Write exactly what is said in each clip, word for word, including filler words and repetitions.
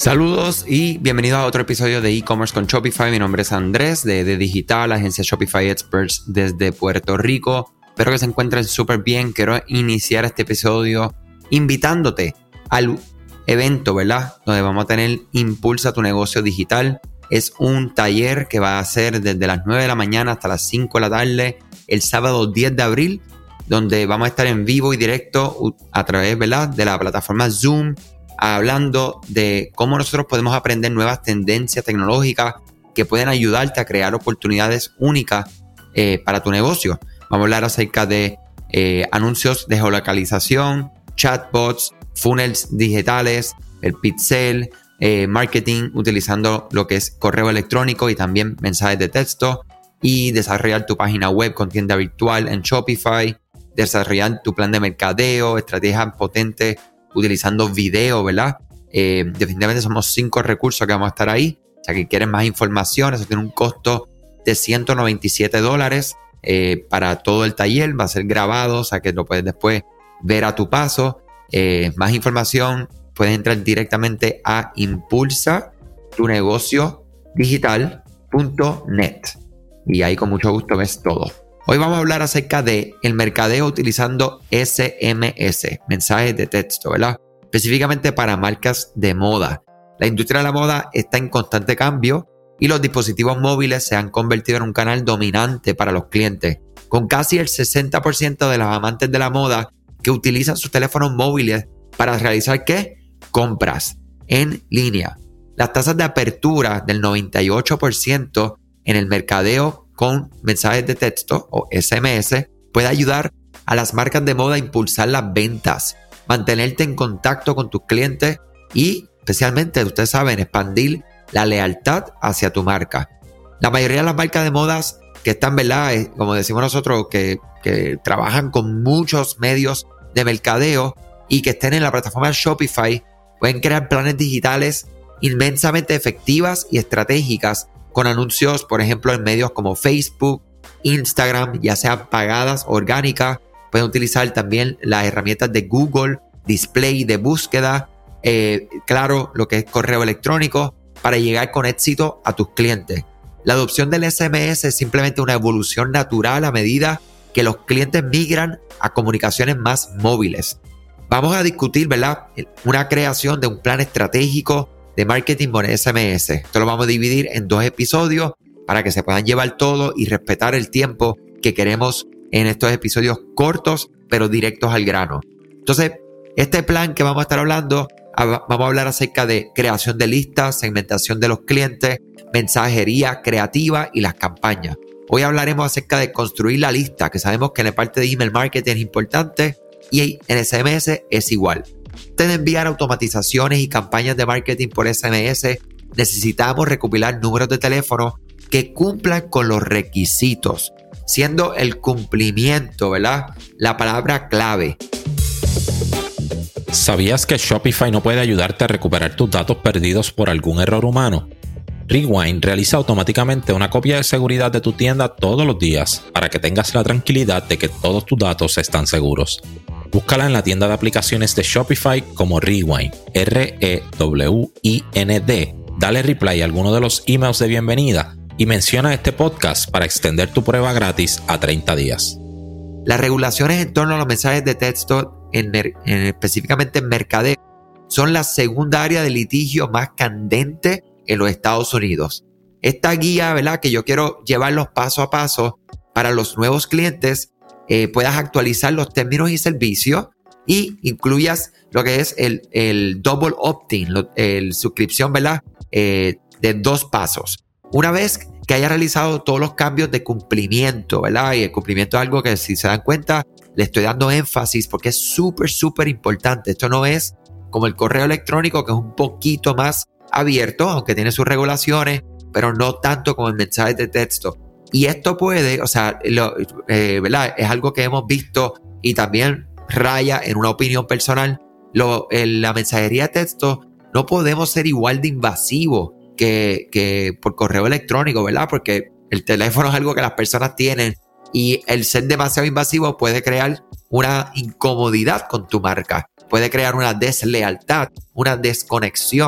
Saludos y bienvenidos a otro episodio de e-commerce con Shopify. Mi nombre es Andrés de The Digital, agencia Shopify Experts desde Puerto Rico. Espero que se encuentren súper bien. Quiero iniciar este episodio invitándote al evento, ¿verdad? Donde vamos a tener Impulsa tu negocio digital. Es un taller que va a ser desde las nueve de la mañana hasta las cinco de la tarde, el sábado diez de abril, donde vamos a estar en vivo y directo a través, ¿verdad?, de la plataforma Zoom, hablando de cómo nosotros podemos aprender nuevas tendencias tecnológicas que pueden ayudarte a crear oportunidades únicas eh, para tu negocio. Vamos a hablar acerca de eh, anuncios de geolocalización, chatbots, funnels digitales, el pixel, eh, marketing utilizando lo que es correo electrónico y también mensajes de texto, y desarrollar tu página web con tienda virtual en Shopify, desarrollar tu plan de mercadeo, estrategias potentes utilizando video, ¿verdad? Eh, definitivamente somos cinco recursos que vamos a estar ahí. O sea, que quieres más información, eso tiene un costo de ciento noventa y siete dólares eh, para todo el taller. Va a ser grabado, o sea que lo puedes después ver a tu paso. Eh, más información, puedes entrar directamente a impulsa tu negocio digital punto net y ahí con mucho gusto ves todo. Hoy vamos a hablar acerca de el mercadeo utilizando ese eme ese, mensajes de texto, ¿verdad? Específicamente para marcas de moda. La industria de la moda está en constante cambio y los dispositivos móviles se han convertido en un canal dominante para los clientes, con casi el sesenta por ciento de los amantes de la moda que utilizan sus teléfonos móviles para realizar ¿qué? Compras en línea. Las tasas de apertura del noventa y ocho por ciento en el mercadeo con mensajes de texto o ese eme ese puede ayudar a las marcas de moda a impulsar las ventas, mantenerte en contacto con tus clientes y especialmente, ustedes saben, expandir la lealtad hacia tu marca. La mayoría de las marcas de modas que están, ¿verdad?, como decimos nosotros, que, que trabajan con muchos medios de mercadeo y que estén en la plataforma Shopify, pueden crear planes digitales inmensamente efectivas y estratégicas con anuncios, por ejemplo, en medios como Facebook, Instagram, ya sean pagadas o orgánicas. Pueden utilizar también las herramientas de Google, display de búsqueda, eh, claro, lo que es correo electrónico, para llegar con éxito a tus clientes. La adopción del ese eme ese es simplemente una evolución natural a medida que los clientes migran a comunicaciones más móviles. Vamos a discutir, ¿verdad?, una creación de un plan estratégico de marketing por ese eme ese. Esto lo vamos a dividir en dos episodios para que se puedan llevar todo y respetar el tiempo que queremos en estos episodios cortos pero directos al grano. Entonces, este plan que vamos a estar hablando, vamos a hablar acerca de creación de listas, segmentación de los clientes, mensajería creativa y las campañas. Hoy hablaremos acerca de construir la lista, que sabemos que en la parte de email marketing es importante y en ese eme ese es igual. Antes de enviar automatizaciones y campañas de marketing por ese eme ese, necesitamos recopilar números de teléfono que cumplan con los requisitos, siendo el cumplimiento, ¿verdad?, la palabra clave. ¿Sabías que Shopify no puede ayudarte a recuperar tus datos perdidos por algún error humano? Rewind realiza automáticamente una copia de seguridad de tu tienda todos los días para que tengas la tranquilidad de que todos tus datos están seguros. Búscala en la tienda de aplicaciones de Shopify como Rewind, R E W I N D. Dale reply a alguno de los emails de bienvenida y menciona este podcast para extender tu prueba gratis a treinta días. Las regulaciones en torno a los mensajes de texto, en, en, específicamente en mercadeo, son la segunda área de litigio más candente en los Estados Unidos. Esta guía, ¿verdad?, que yo quiero llevarlos paso a paso para los nuevos clientes, eh, puedas actualizar los términos y servicios y incluyas lo que es el, el double opt-in, lo, el suscripción, ¿verdad?, eh, de dos pasos. Una vez que haya realizado todos los cambios de cumplimiento, ¿verdad?, y el cumplimiento es algo que, si se dan cuenta, le estoy dando énfasis porque es súper, súper importante. Esto no es como el correo electrónico, que es un poquito más abierto, aunque tiene sus regulaciones, pero no tanto como el mensaje de texto. Y esto puede, o sea, lo, eh, ¿verdad?, es algo que hemos visto y también raya en una opinión personal. Lo, el, la mensajería de texto no podemos ser igual de invasivos que, que por correo electrónico, ¿verdad? Porque el teléfono es algo que las personas tienen y el ser demasiado invasivo puede crear una incomodidad con tu marca, puede crear una deslealtad, una desconexión. O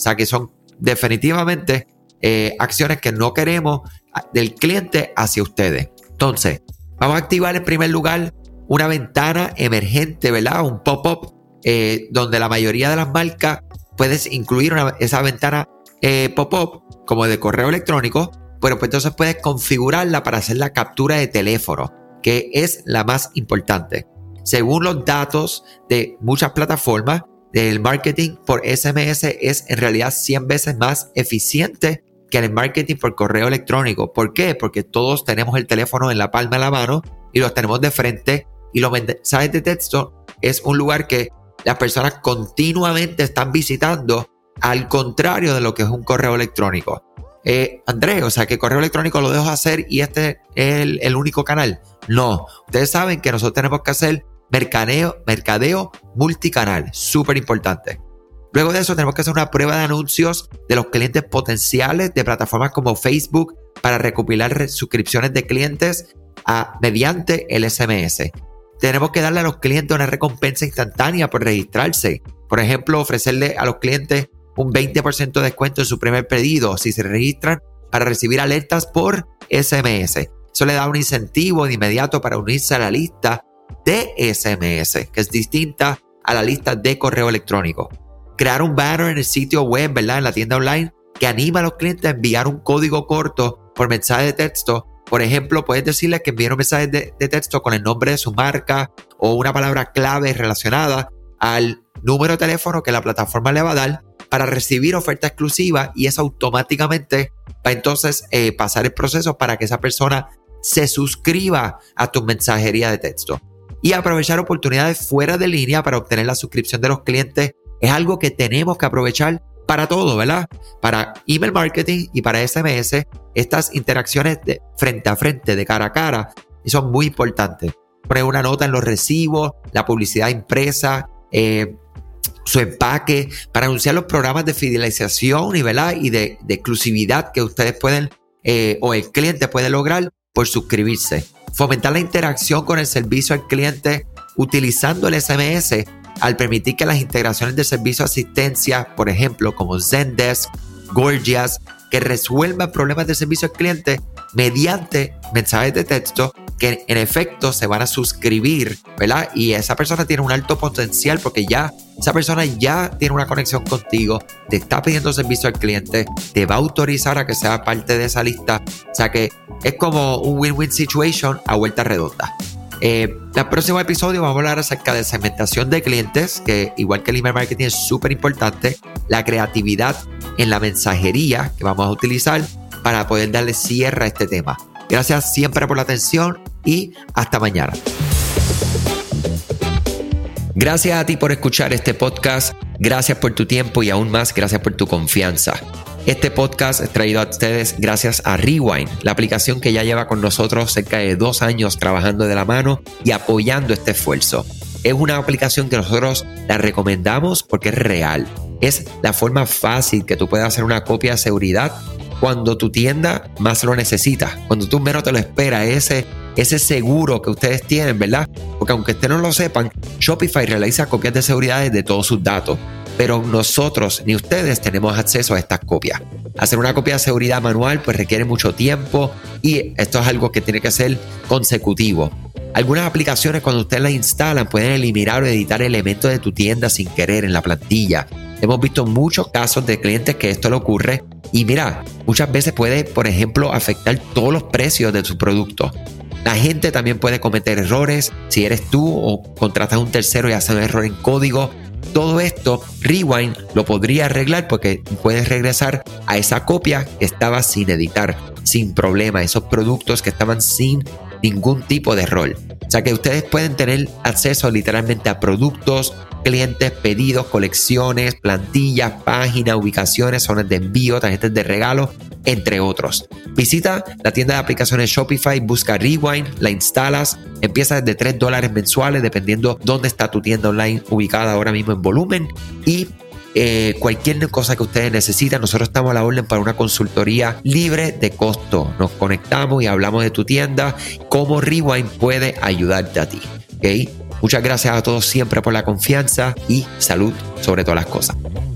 sea que son definitivamente eh, acciones que no queremos del cliente hacia ustedes. Entonces, vamos a activar en primer lugar una ventana emergente, ¿verdad? Un pop-up eh, donde la mayoría de las marcas puedes incluir una, esa ventana eh, pop-up como de correo electrónico, pero pues entonces puedes configurarla para hacer la captura de teléfono, que es la más importante. Según los datos de muchas plataformas, el marketing por S M S es en realidad cien veces más eficiente que el marketing por correo electrónico. ¿Por qué? Porque todos tenemos el teléfono en la palma de la mano y los tenemos de frente, y los mensajes de texto es un lugar que las personas continuamente están visitando, al contrario de lo que es un correo electrónico. Eh, Andrés, o sea, que correo electrónico lo dejo hacer y este es el, el único canal. No, ustedes saben que nosotros tenemos que hacer mercadeo, mercadeo multicanal, súper importante. Luego de eso tenemos que hacer una prueba de anuncios de los clientes potenciales de plataformas como Facebook para recopilar suscripciones de clientes a, mediante el S M S. Tenemos que darle a los clientes una recompensa instantánea por registrarse. Por ejemplo, ofrecerle a los clientes un veinte por ciento de descuento en su primer pedido si se registran para recibir alertas por S M S. Eso le da un incentivo de inmediato para unirse a la lista de S M S, que es distinta a la lista de correo electrónico. Crear un banner en el sitio web, ¿verdad? En la tienda online, que anima a los clientes a enviar un código corto por mensaje de texto. Por ejemplo, puedes decirles que envíen un mensaje de, de texto con el nombre de su marca o una palabra clave relacionada al número de teléfono que la plataforma le va a dar para recibir oferta exclusiva, y eso automáticamente va entonces eh, pasar el proceso para que esa persona se suscriba a tu mensajería de texto. Y aprovechar oportunidades fuera de línea para obtener la suscripción de los clientes es algo que tenemos que aprovechar para todo, ¿verdad? Para email marketing y para S M S, estas interacciones de frente a frente, de cara a cara, son muy importantes. Poner una nota en los recibos, la publicidad impresa, eh, su empaque, para anunciar los programas de fidelización y, ¿verdad? y de, de exclusividad que ustedes pueden eh, o el cliente puede lograr por suscribirse. Fomentar la interacción con el servicio al cliente utilizando el S M S al permitir que las integraciones de servicio de asistencia, por ejemplo, como Zendesk, Gorgias, que resuelvan problemas de servicio al cliente mediante mensajes de texto que en efecto se van a suscribir, ¿verdad? Y esa persona tiene un alto potencial porque ya esa persona ya tiene una conexión contigo, te está pidiendo servicio al cliente, te va a autorizar a que sea parte de esa lista. O sea que es como un win-win situation a vuelta redonda. Eh, el próximo episodio vamos a hablar acerca de segmentación de clientes, que igual que el email marketing es súper importante, la creatividad en la mensajería que vamos a utilizar para poder darle cierre a este tema. Gracias siempre por la atención y hasta mañana. Gracias a ti por escuchar este podcast, gracias por tu tiempo y aún más gracias por tu confianza. Este podcast es traído a ustedes gracias a Rewind, la aplicación que ya lleva con nosotros cerca de dos años trabajando de la mano y apoyando este esfuerzo. Es una aplicación que nosotros la recomendamos porque es real. Es la forma fácil que tú puedes hacer una copia de seguridad cuando tu tienda más lo necesita, cuando tú menos te lo esperas, ese, ese seguro que ustedes tienen, ¿verdad? Porque aunque ustedes no lo sepan, Shopify realiza copias de seguridad de todos sus datos. Pero nosotros ni ustedes tenemos acceso a estas copias. Hacer una copia de seguridad manual pues requiere mucho tiempo y esto es algo que tiene que ser consecutivo. Algunas aplicaciones cuando ustedes las instalan pueden eliminar o editar elementos de tu tienda sin querer en la plantilla. Hemos visto muchos casos de clientes que esto le ocurre y mira, muchas veces puede, por ejemplo, afectar todos los precios de su producto. La gente también puede cometer errores si eres tú o contratas a un tercero y hace un error en código. Todo esto, Rewind lo podría arreglar porque puedes regresar a esa copia que estaba sin editar, sin problema, esos productos que estaban sin ningún tipo de error. O sea que ustedes pueden tener acceso literalmente a productos, clientes, pedidos, colecciones, plantillas, páginas, ubicaciones, zonas de envío, tarjetas de regalo, entre otros. Visita la tienda de aplicaciones Shopify, busca Rewind, la instalas, empieza desde tres dólares mensuales dependiendo dónde está tu tienda online ubicada ahora mismo en volumen y eh, cualquier cosa que ustedes necesitan, nosotros estamos a la orden para una consultoría libre de costo. Nos conectamos y hablamos de tu tienda, cómo Rewind puede ayudarte a ti. ¿Okay? Muchas gracias a todos siempre por la confianza y salud sobre todas las cosas.